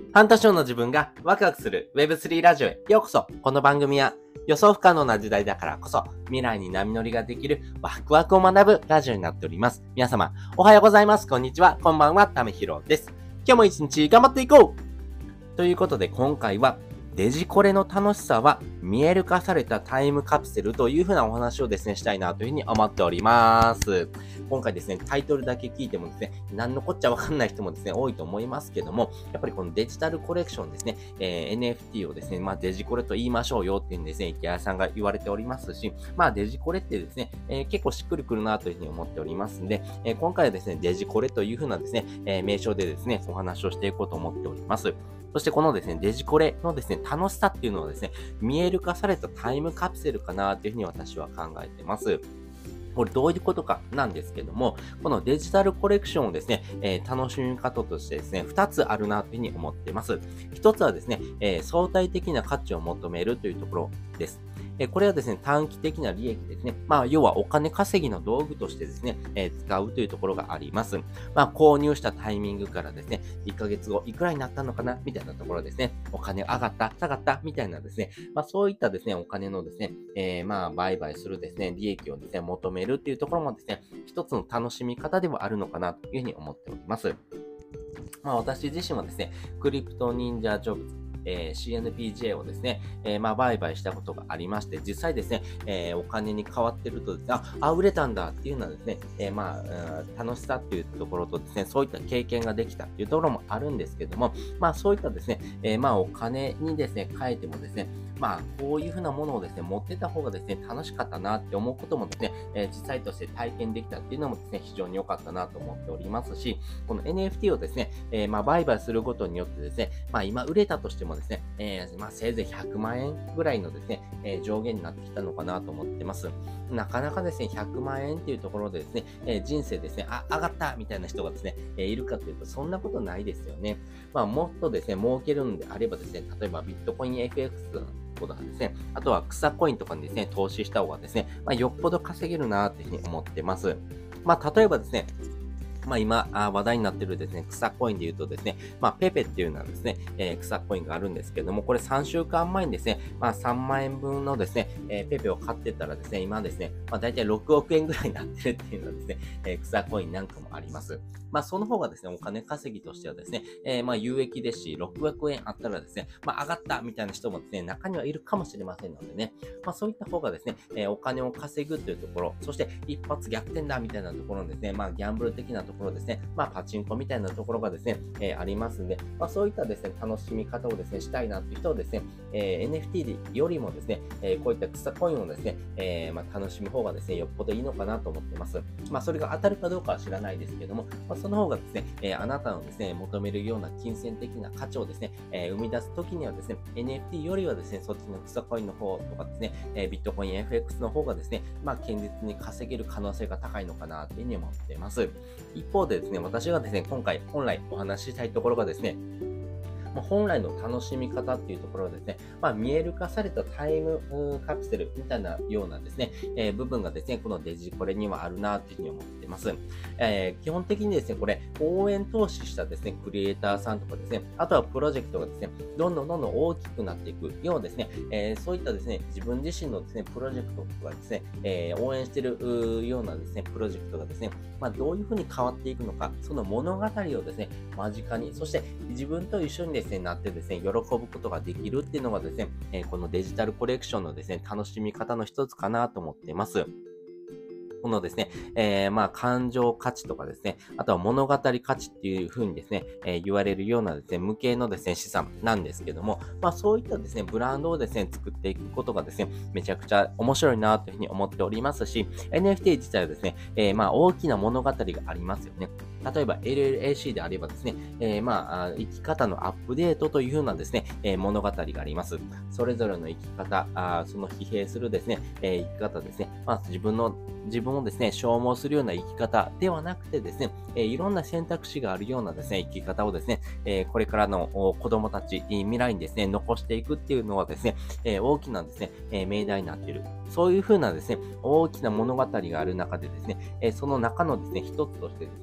半年後の自分がワクワクする Web3 ラジオへようこそ。この番組は予想不可能な時代だからこそ未来に波乗りができるワクワクを学ぶラジオになっております。皆様おはようございます。こんにちは。こんばんは。ためひろです。今日も一日頑張っていこうということで今回はデジコレの楽しさは見える化されたタイムカプセルというふうなお話をですね、したいなというふうに思っております。今回ですね、タイトルだけ聞いてもですね、何のこっちゃわかんない人もですね、多いと思いますけども、やっぱりこのデジタルコレクションですね、NFT をですね、デジコレと言いましょうよっていうですね、池谷さんが言われておりますし、デジコレってですね、結構しっくりくるなというふうに思っておりますんで、今回はですね、デジコレというふうなですね、名称でですね、お話をしていこうと思っております。そしてこのですね、デジコレのですね、楽しさっていうのはですね、見える化されたタイムカプセルかなというふうに私は考えてます。これどういうことかなんですけども、このデジタルコレクションをですね、楽しみ方としてですね、2つあるなというふうに思っています。1つはですね、相対的な価値を求めるというところです。これはですね、短期的な利益ですね。要はお金稼ぎの道具としてですね、使うというところがあります。購入したタイミングからですね、1ヶ月後いくらになったのかなみたいなところですね、お金上がった下がったみたいなですね、そういったですね、お金のですね、売買するですね、利益をですね、求めるっていうところもですね、一つの楽しみ方ではあるのかなというふうに思っております。私自身はですね、クリプト忍者ジョブズ、CNPJ をですね、売買したことがありまして、実際ですね、お金に変わってるとですね、売れたんだっていうのはですね、楽しさっていうところとですね、そういった経験ができたっていうところもあるんですけども、そういったですね、お金にですね、変えてもですね、こういうふうなものをですね、持ってた方がですね、楽しかったなって思うこともですね、実際として体験できたっていうのもですね、非常に良かったなと思っておりますし、この NFT をですね、売買することによってですね、今売れたとしてもですね、せいぜい100万円ぐらいのですね、上限になってきたのかなと思ってます。なかなかですね、100万円っていうところでですね、人生ですね、上がったみたいな人がですね、いるかというと、そんなことないですよね。もっとですね、儲けるんであればですね、例えばビットコイン FX とかですね、あとは草コインとかにですね、投資した方がですね、よっぽど稼げるなというふうに思ってます。例えばですね、今、話題になっているですね、草コインで言うとですね、ペペっていうのはですね、草コインがあるんですけども、これ3週間前にですね、3万円分のですね、ペペを買ってたらですね、今ですね、だいたい6億円ぐらいになってるっていうのはですね、草コインなんかもあります。その方がですね、お金稼ぎとしてはですね、有益ですし、6億円あったらですね、上がったみたいな人もですね、中にはいるかもしれませんのでね、そういった方がですね、お金を稼ぐというところ、そして一発逆転だみたいなところですね、ギャンブル的なところですね、パチンコみたいなところがですね、ありますんで、そういったですね、楽しみ方をですね、したいなという人はですね、NFT よりもですね、こういった草コインをですね、楽しむ方がですね、よっぽどいいのかなと思ってます。それが当たるかどうかは知らないですけども、その方がですね、あなたのですね、求めるような金銭的な価値をですね、生み出すときにはですね、NFT よりはですね、そっちの草コインの方とかですね、ビットコイン FX の方がですね、堅実に稼げる可能性が高いのかなというふうに思っています。一方でですね、私がですね、今回本来お話ししたいところがですね、本来の楽しみ方っていうところはですね、見える化されたタイムカプセルみたいなようなですね、部分がですね、このデジコレにはあるなというふうに思っています。基本的にですね、これ、応援投資したですね、クリエイターさんとかですね、あとはプロジェクトがですね、どんどん大きくなっていくようですね、そういったですね、自分自身のですね、プロジェクトとかですね、応援しているようなですね、プロジェクトがですね、どういうふうに変わっていくのか、その物語をですね、間近に、そして自分と一緒にですね、なってですね、喜ぶことができるっていうのがですね、このデジタルコレクションのですね、楽しみ方の一つかなと思っています。このですね、感情価値とかですね、あとは物語価値っていう風にですね、言われるようなですね、無形のですね、資産なんですけども、そういったですね、ブランドをですね、作っていくことがですね、めちゃくちゃ面白いなというふうに思っておりますし、NFT 自体はですね、大きな物語がありますよね。例えば LLAC であればですね、生き方のアップデートという風なですね、物語があります。それぞれの生き方、その疲弊するですね、生き方ですね、自分をですね、消耗するような生き方ではなくてですね、いろんな選択肢があるようなですね、生き方をですね、これからの子供たち、未来にですね、残していくっていうのはですね、大きなですね、命題になっている。そういう風なですね、大きな物語がある中でですね、その中のですね、一つとしてですね、自分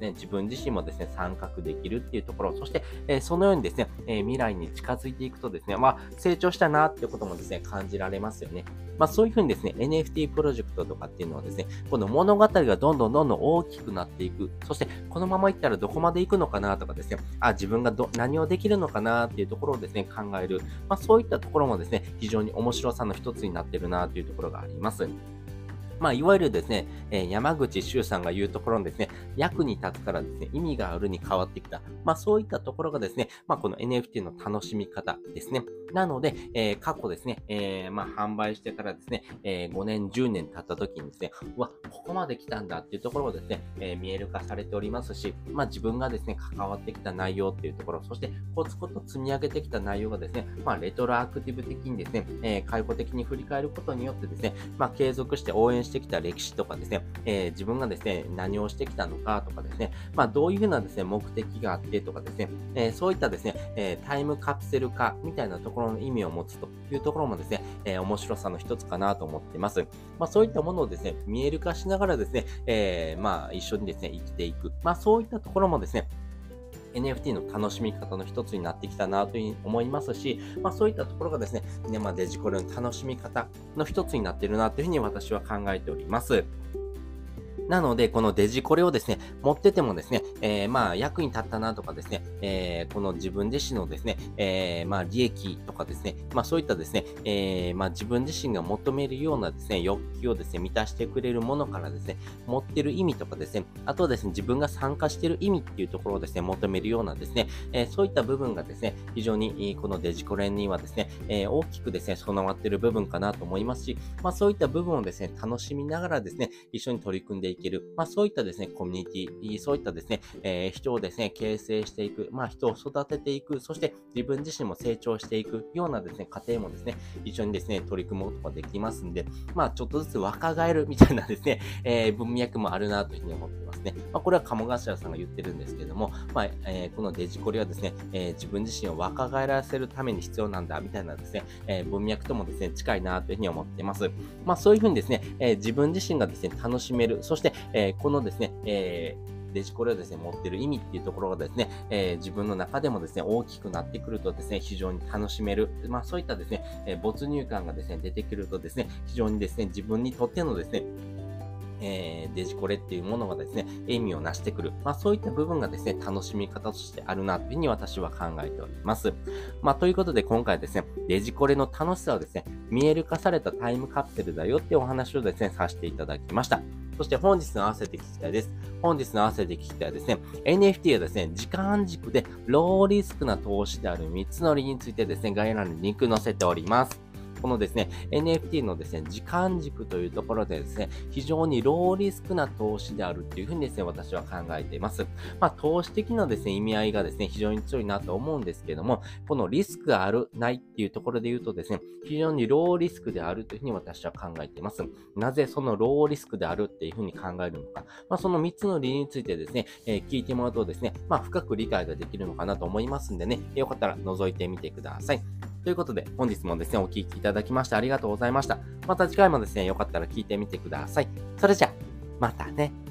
分自身もですね、参画できるっていうところ、そして、そのようにですね、未来に近づいていくとですね、成長したなっていうこともですね、感じられますよね。そういうふうにですね、NFT プロジェクトとかっていうのはですね、この物語がどんどん大きくなっていく。そして、このままいったらどこまで行くのかなとかですね、自分が何をできるのかなっていうところをですね、考える。そういったところもですね、非常に面白さの一つになってるなというところがあります。いわゆるですね、山口周さんが言うところのですね、役に立つからですね、意味があるに変わってきた。そういったところがですね、この NFT の楽しみ方ですね。なので、過去ですね、販売してからですね、5年、10年経った時にですね、ここまで来たんだっていうところをですね、見える化されておりますし、自分がですね、関わってきた内容っていうところ、そしてコツコツ積み上げてきた内容がですね、レトロアクティブ的にですね、回顧的に振り返ることによってですね、継続して応援してきた歴史とかですね、自分がですね、何をしてきたのかとかですね、どういうふうなですね、目的があってとかですね、そういったですね、タイムカプセル化みたいなところの意味を持つというところもですね、面白さの一つかなと思っています。そういったものをですね、見える化しながらですね、一緒にですね、生きていく。そういったところもですね、NFT の楽しみ方の一つになってきたなというふうに思いますし、そういったところがですね、デジコレの楽しみ方の一つになっているなというふうに私は考えております。なので、このデジコレをですね、持っててもですね、役に立ったなとかですね、この自分自身のですね、利益とかですね、そういったですね、自分自身が求めるようなですね、欲求をですね、満たしてくれるものからですね、持ってる意味とかですね、あとはですね、自分が参加している意味っていうところをですね、求めるようなですね、そういった部分がですね、非常にこのデジコレにはですね、大きくですね、備わっている部分かなと思いますし、そういった部分をですね、楽しみながらですね、一緒に取り組んでいける。そういったですね、コミュニティ、そういったですね、人をですね、形成していく、人を育てていく、そして自分自身も成長していくようなですね、過程もですね、一緒にですね、取り組むことができますんで、ちょっとずつ若返るみたいなですね、文脈もあるなというふうに思ってますね。これは鴨頭さんが言ってるんですけれども、このデジコレはですね、自分自身を若返らせるために必要なんだ、みたいなですね、文脈ともですね、近いなというふうに思っています。そういうふうにですね、自分自身がですね、楽しめる、そして、このですね、デジコレをですね、持っている意味っていうところがですね、自分の中でもですね、大きくなってくるとですね、非常に楽しめる。そういったですね、没入感がですね、出てくるとですね、非常にですね、自分にとってのですね、デジコレっていうものがですね、意味をなしてくる。そういった部分がですね、楽しみ方としてあるなというふうに私は考えております。ということで今回ですね、デジコレの楽しさをですね、見える化されたタイムカプセルだよっていうお話をですね、させていただきました。そして本日の合わせて聞きたいです。本日の合わせて聞きたいはですね、NFT はですね、時間軸でローリスクな投資である3つの理についてですね、概要欄にリンク載せております。このですね、NFT のですね、時間軸というところでですね、非常にローリスクな投資であるっていうふうにですね、私は考えています。投資的なですね、意味合いがですね、非常に強いなと思うんですけども、このリスクがある、ないっていうところで言うとですね、非常にローリスクであるというふうに私は考えています。なぜそのローリスクであるっていうふうに考えるのか、その3つの理由についてですね、聞いてもらうとですね、深く理解ができるのかなと思いますんでね、よかったら覗いてみてください。ということで、本日もですね、お聞きいただきましてありがとうございました。また次回もですね、よかったら聞いてみてください。それじゃあ、またね。